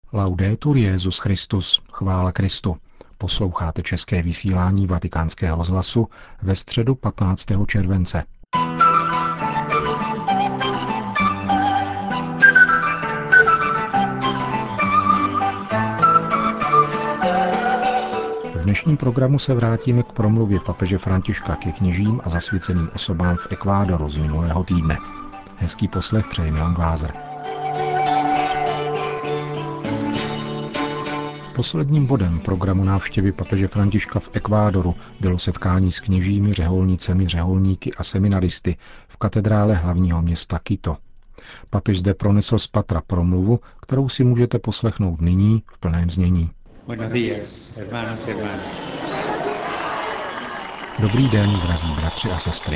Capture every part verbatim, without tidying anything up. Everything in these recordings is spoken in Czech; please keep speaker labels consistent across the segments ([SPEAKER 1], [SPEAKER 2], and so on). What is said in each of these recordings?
[SPEAKER 1] Laudetur Jesus Christus, chvála Kristu. Posloucháte české vysílání Vatikánského rozhlasu ve středu patnáctého července. V dnešním programu se vrátíme k promluvě papeže Františka ke kněžím a zasvěceným osobám v Ekvádoru z minulého týdne. Hezký poslech přeje Milan Glázer. Posledním bodem programu návštěvy papeže Františka v Ekvádoru bylo setkání s kněžími, řeholnicemi, řeholníky a seminaristy v katedrále hlavního města Quito. Papež zde pronesl z patra promluvu, kterou si můžete poslechnout nyní v plném znění. Dobrý den, drazí bratři a sestry.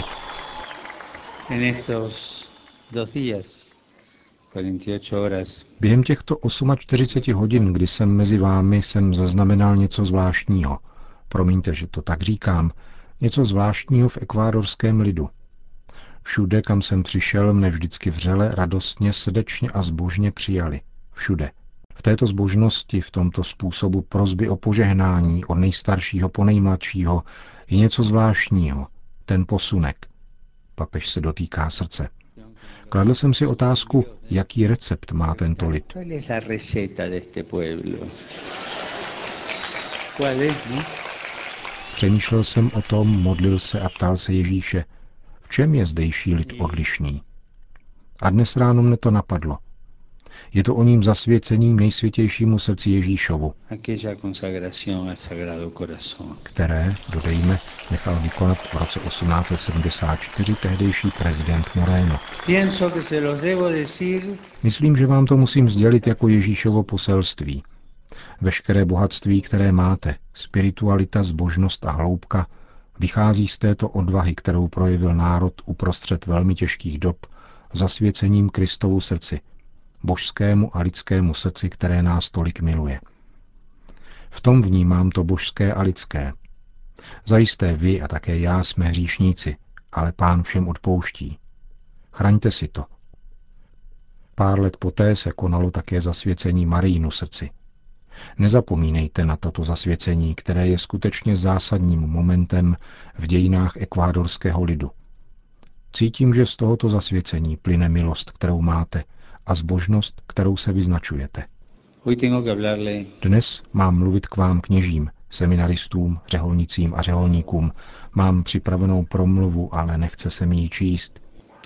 [SPEAKER 1] Během těchto čtyřiceti osmi hodin, kdy jsem mezi vámi, jsem zaznamenal něco zvláštního. Promiňte, že to tak říkám. Něco zvláštního v ekvádorském lidu. Všude, kam jsem přišel, mne vždycky vřele, radostně, srdečně a zbožně přijali. Všude. V této zbožnosti, v tomto způsobu prosby o požehnání od nejstaršího po nejmladšího je něco zvláštního. Ten posunek. Papež se dotýká srdce. Kladl jsem si otázku, jaký recept má tento lid. Přemýšlel jsem o tom, modlil se a ptal se Ježíše, v čem je zdejší lid odlišný. A dnes ráno mne to napadlo. Je to o ním zasvěcením nejsvětějšímu srdci Ježíšovu, které, dodejme, nechal vykonat v roce osmnáct set sedmdesát čtyři tehdejší prezident Moreno. Myslím, že vám to musím sdělit jako Ježíšovo poselství. Veškeré bohatství, které máte, spiritualita, zbožnost a hloubka, vychází z této odvahy, kterou projevil národ uprostřed velmi těžkých dob, zasvěcením Kristovu srdci, božskému a lidskému srdci, které nás tolik miluje. V tom vnímám to božské a lidské. Zajisté vy a také já jsme hříšníci, ale Pán všem odpouští. Chraňte si to. Pár let poté se konalo také zasvěcení Marijinu srdci. Nezapomínejte na toto zasvěcení, které je skutečně zásadním momentem v dějinách ekvádorského lidu. Cítím, že z tohoto zasvěcení plyne milost, kterou máte, a zbožnost, kterou se vyznačujete. Dnes mám mluvit k vám kněžím, seminaristům, řeholnicím a řeholníkům. Mám připravenou promluvu, ale nechce se mi ji číst.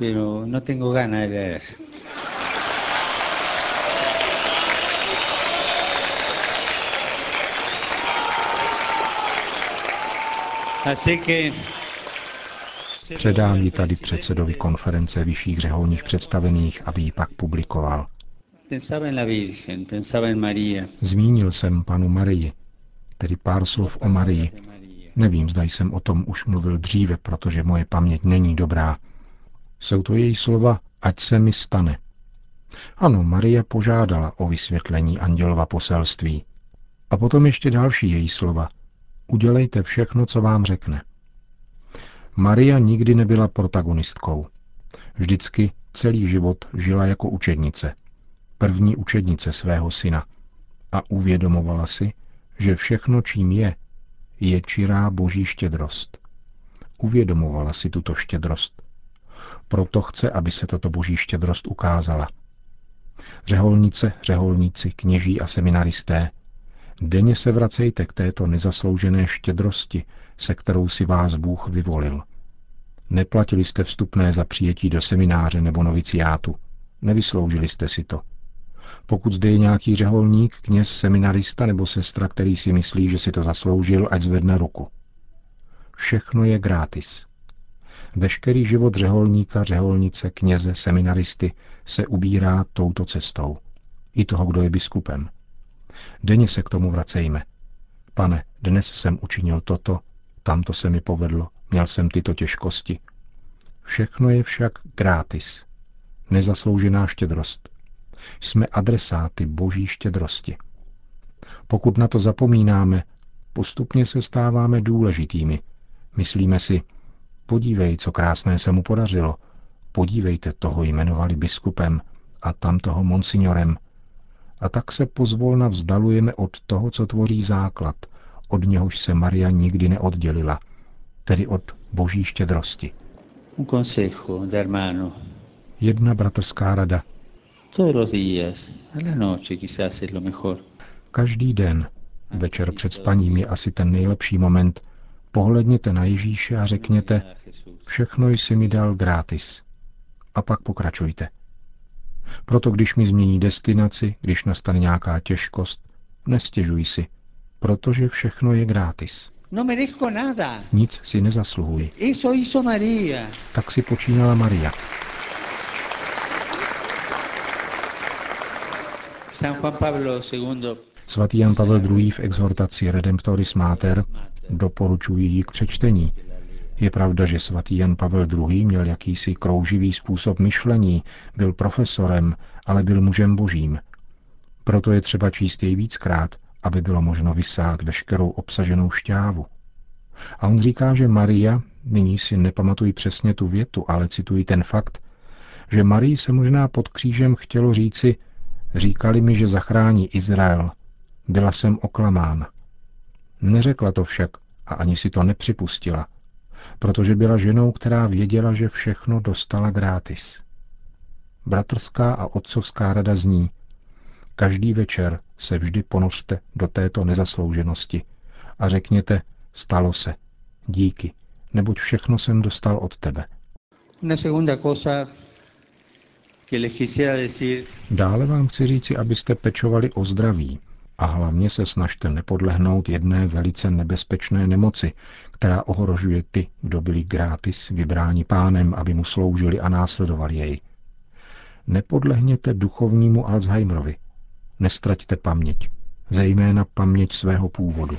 [SPEAKER 1] Předám ji tady předsedovi konference vyšších řeholních představených, aby ji pak publikoval. Zmínil jsem panu Marii, tedy pár slov o Marii. Nevím, zda jsem o tom už mluvil dříve, protože moje paměť není dobrá. Jsou to její slova, ať se mi stane. Ano, Marie požádala o vysvětlení andělova poselství. A potom ještě další její slova. Udělejte všechno, co vám řekne. Maria nikdy nebyla protagonistkou. Vždycky celý život žila jako učednice. První učednice svého syna. A uvědomovala si, že všechno, čím je, je čirá boží štědrost. Uvědomovala si tuto štědrost. Proto chce, aby se tato boží štědrost ukázala. Řeholnice, řeholníci, kněží a seminaristé, denně se vracejte k této nezasloužené štědrosti, se kterou si vás Bůh vyvolil. Neplatili jste vstupné za přijetí do semináře nebo noviciátu. Nevysloužili jste si to. Pokud zde je nějaký řeholník, kněz, seminarista nebo sestra, který si myslí, že si to zasloužil, ať zvedne ruku. Všechno je gratis. Veškerý život řeholníka, řeholnice, kněze, seminaristy se ubírá touto cestou. I toho, kdo je biskupem. Denně se k tomu vracejme. Pane, dnes jsem učinil toto, tamto se mi povedlo, měl jsem tyto těžkosti. Všechno je však gratis. Nezasloužená štědrost. Jsme adresáty boží štědrosti. Pokud na to zapomínáme, postupně se stáváme důležitými. Myslíme si, podívej, co krásné se mu podařilo. Podívejte, toho jmenovali biskupem a tamtoho monsignorem. A tak se pozvolna vzdalujeme od toho, co tvoří základ, od něhož se Maria nikdy neoddělila, tedy od boží štědrosti.
[SPEAKER 2] Un consejo da hermano.
[SPEAKER 1] Jedna bratrská rada.
[SPEAKER 2] Todos los días, a la noche quizás es lo mejor.
[SPEAKER 1] Každý den, večer před spaním je asi ten nejlepší moment, pohledněte na Ježíše a řekněte, všechno jsi mi dal gratis. A pak pokračujte. Proto když mi změní destinaci, když nastane nějaká těžkost, nestěžuj si, protože všechno je gratis.
[SPEAKER 2] No merezco nada.
[SPEAKER 1] Nic si nezasluhuji.
[SPEAKER 2] Eso hizo María.
[SPEAKER 1] Tak si počínala Maria.
[SPEAKER 2] San Juan Pablo segundo.
[SPEAKER 1] Svatý Jan Pavel druhý. V exhortaci Redemptoris Mater doporučuje ji k přečtení. Je pravda, že svatý Jan Pavel druhý. Měl jakýsi krouživý způsob myšlení, byl profesorem, ale byl mužem božím. Proto je třeba číst jej víckrát, aby bylo možno vysát veškerou obsaženou šťávu. A on říká, že Maria, nyní si nepamatuji přesně tu větu, ale cituji ten fakt, že Marii se možná pod křížem chtělo říci, říkali mi, že zachrání Izrael. Byla jsem oklamána. Neřekla to však a ani si to nepřipustila, protože byla ženou, která věděla, že všechno dostala gratis. Bratrská a otcovská rada zní, každý večer se vždy ponořte do této nezaslouženosti a řekněte, stalo se, díky, neboť všechno jsem dostal od tebe.
[SPEAKER 2] Una segunda cosa que les quisiera decir.
[SPEAKER 1] Dále vám chci říci, abyste pečovali o zdraví a hlavně se snažte nepodlehnout jedné velice nebezpečné nemoci, která ohrožuje ty, kdo byli gratis vybráni Pánem, aby mu sloužili a následovali jej. Nepodlehněte duchovnímu Alzheimerovi. Nestraťte paměť, zejména paměť svého původu.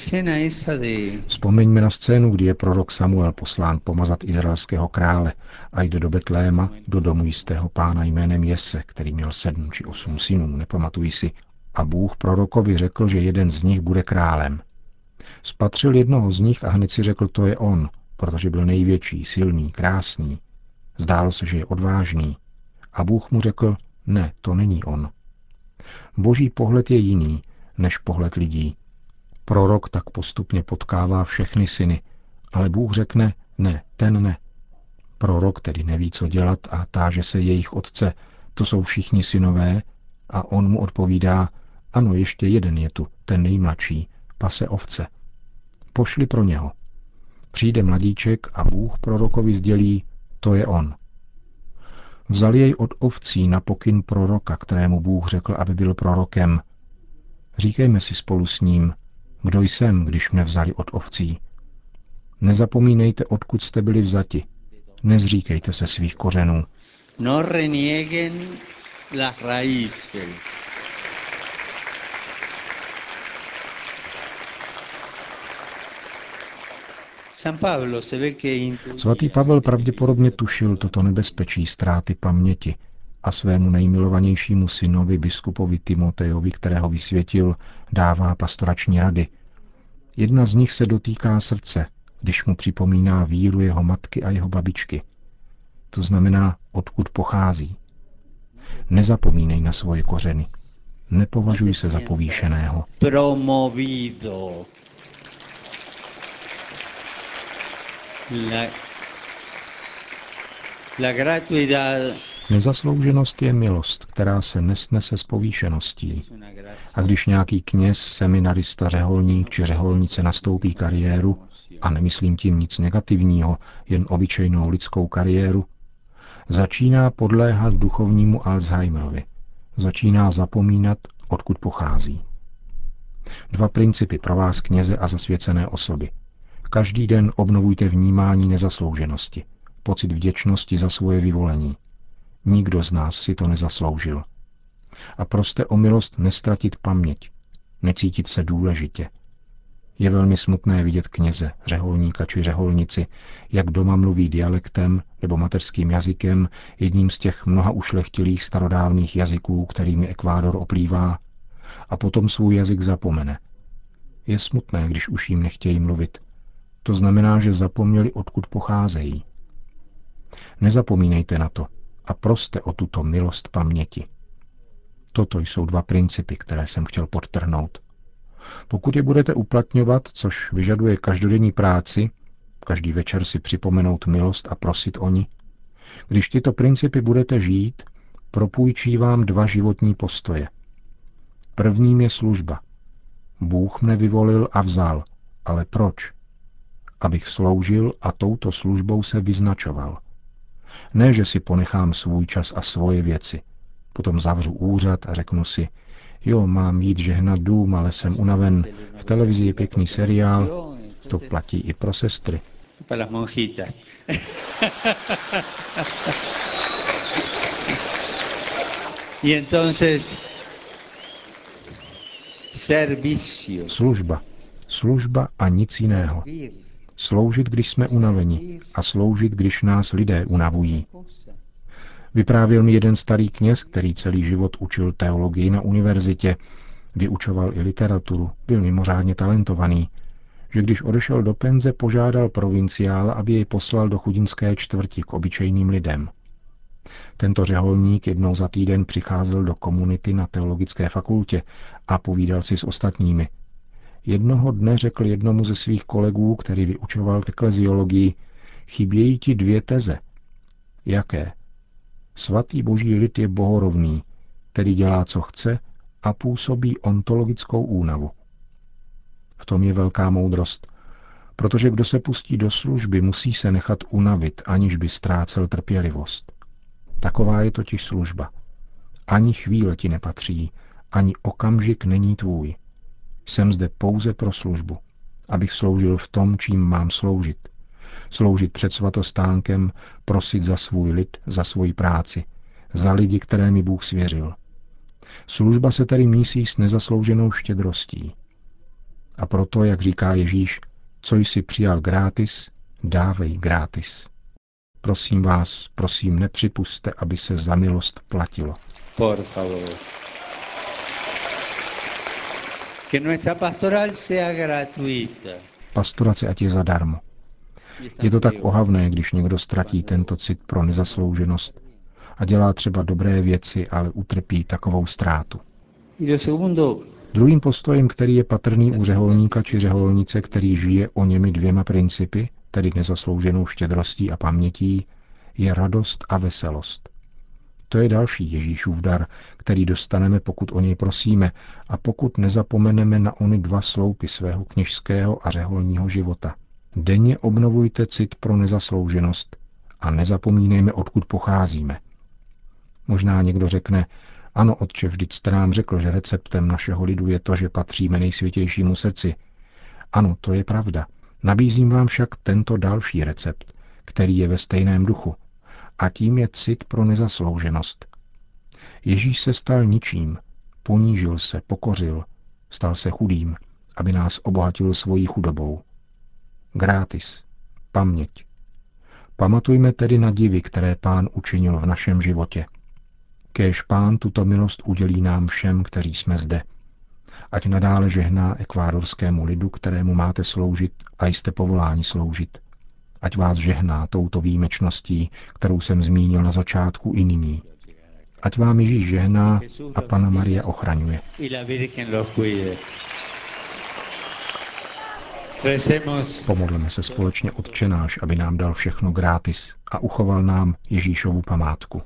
[SPEAKER 1] Vzpomeňme na scénu, kdy je prorok Samuel poslán pomazat izraelského krále a jde do Betléma, do domu jistého pána jménem Jesse, který měl sedm či osm synů, nepamatuji si, a Bůh prorokovi řekl, že jeden z nich bude králem. Spatřil jednoho z nich a hned si řekl, to je on, protože byl největší, silný, krásný. Zdálo se, že je odvážný. A Bůh mu řekl, ne, to není on. Boží pohled je jiný než pohled lidí. Prorok tak postupně potkává všechny syny, ale Bůh řekne, ne, ten ne. Prorok tedy neví, co dělat a táže se jejich otce, to jsou všichni synové, a on mu odpovídá, ano, ještě jeden je tu, ten nejmladší, pase ovce. Pošli pro něho. Přijde mladíček a Bůh prorokovi sdělí, to je on. Vzal jej od ovcí na pokyn proroka, kterému Bůh řekl, aby byl prorokem. Říkejme si spolu s ním, kdo jsem, když mne vzali od ovcí. Nezapomínejte, odkud jste byli vzati. Nezříkejte se svých kořenů.
[SPEAKER 2] No renieguen las raíces.
[SPEAKER 1] Svatý Pavel pravděpodobně tušil toto nebezpečí ztráty paměti a svému nejmilovanějšímu synovi biskupovi Timotejovi, kterého vysvětil, dává pastorační rady. Jedna z nich se dotýká srdce, když mu připomíná víru jeho matky a jeho babičky. To znamená, odkud pochází. Nezapomínej na svoje kořeny. Nepovažuj se za povýšeného.
[SPEAKER 2] Promovido. La, la gratuidad.
[SPEAKER 1] Nezaslouženost je milost, která se nesnese s povýšeností. A když nějaký kněz, seminarista, řeholník či řeholnice nastoupí kariéru, a nemyslím tím nic negativního, jen obyčejnou lidskou kariéru, začíná podléhat duchovnímu Alzheimerovi. Začíná zapomínat, odkud pochází. Dva principy pro vás, kněze a zasvěcené osoby. Každý den obnovujte vnímání nezaslouženosti, pocit vděčnosti za svoje vyvolení. Nikdo z nás si to nezasloužil. A proste o milost nestratit paměť, necítit se důležitě. Je velmi smutné vidět kněze, řeholníka či řeholnici, jak doma mluví dialektem nebo mateřským jazykem, jedním z těch mnoha ušlechtilých starodávných jazyků, kterými Ekvádor oplývá, a potom svůj jazyk zapomene. Je smutné, když už jim nechtějí mluvit. To znamená, že zapomněli, odkud pocházejí. Nezapomínejte na to a proste o tuto milost paměti. Toto jsou dva principy, které jsem chtěl podtrhnout. Pokud je budete uplatňovat, což vyžaduje každodenní práci, každý večer si připomenout milost a prosit o ni, když tyto principy budete žít, propůjčí vám dva životní postoje. Prvním je služba. Bůh mne vyvolil a vzal, ale proč? Abych sloužil a touto službou se vyznačoval. Ne, že si ponechám svůj čas a svoje věci. Potom zavřu úřad a řeknu si, jo, mám jít žehnat dům, ale jsem unaven, v televizi je pěkný seriál, to platí i pro sestry. Služba. Služba a nic jiného. Sloužit, když jsme unaveni, a sloužit, když nás lidé unavují. Vyprávěl mi jeden starý kněz, který celý život učil teologii na univerzitě, vyučoval i literaturu, byl mimořádně talentovaný, že když odešel do penze, požádal provinciála, aby jej poslal do chudinské čtvrti k obyčejným lidem. Tento řeholník jednou za týden přicházel do komunity na teologické fakultě a povídal si s ostatními. Jednoho dne řekl jednomu ze svých kolegů, který vyučoval ekleziologii, chybějí ti dvě teze. Jaké? Svatý boží lid je bohorovný, tedy dělá, co chce a působí ontologickou únavu. V tom je velká moudrost, protože kdo se pustí do služby, musí se nechat unavit, aniž by ztrácel trpělivost. Taková je totiž služba. Ani chvíle ti nepatří, ani okamžik není tvůj. Jsem zde pouze pro službu, abych sloužil v tom, čím mám sloužit. Sloužit před svatostánkem, prosit za svůj lid, za svoji práci, za lidi, které mi Bůh svěřil. Služba se tedy mísí s nezaslouženou štědrostí. A proto, jak říká Ježíš, co jsi přijal gratis, dávej gratis. Prosím vás, prosím, nepřipuste, aby se za milost platilo.
[SPEAKER 2] Por favor. Que nuestra pastoral sea gratuita.
[SPEAKER 1] Pastorace ať je zadarmo. Je to tak ohavné, když někdo ztratí tento cit pro nezaslouženost a dělá třeba dobré věci, ale utrpí takovou ztrátu. Druhým postojem, který je patrný u řeholníka či řeholnice, který žije o němi dvěma principy, tedy nezaslouženou štědrostí a pamětí, je radost a veselost. To je další Ježíšův dar, který dostaneme, pokud o něj prosíme a pokud nezapomeneme na ony dva sloupy svého kněžského a řeholního života. Denně obnovujte cit pro nezaslouženost a nezapomínejme, odkud pocházíme. Možná někdo řekne, ano, otče, vždyť jste nám řekl, že receptem našeho lidu je to, že patříme nejsvětějšímu srdci. Ano, to je pravda. Nabízím vám však tento další recept, který je ve stejném duchu. A tím je cit pro nezaslouženost. Ježíš se stal ničím, ponížil se, pokořil, stal se chudým, aby nás obohatil svojí chudobou. Gratis, paměť. Pamatujme tedy na divy, které Pán učinil v našem životě. Kéž Pán tuto milost udělí nám všem, kteří jsme zde. Ať nadále žehná ekvádorskému lidu, kterému máte sloužit a jste povoláni sloužit. Ať vás žehná touto výjimečností, kterou jsem zmínil na začátku i nyní. Ať vám Ježíš žehná a Panna Maria ochraňuje. Pomodleme se společně Otče náš, aby nám dal všechno gratis a uchoval nám Ježíšovu památku.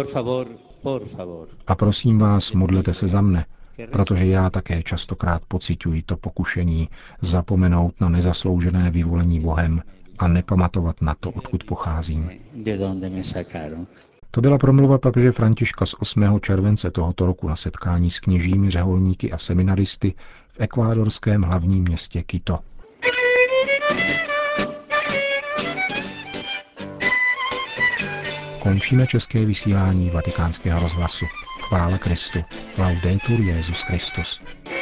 [SPEAKER 1] A prosím vás, modlete se za mne, protože já také častokrát pociťuji to pokušení zapomenout na nezasloužené vyvolení Bohem a nepamatovat na to, odkud pocházím. To byla promluva papeže Františka z osmého července tohoto roku na setkání s kněžími, řeholníky a seminaristy v ekvádorském hlavním městě Quito. Končíme české vysílání Vatikánského rozhlasu. Chvála Kristu. Laudetur Jesus Christus.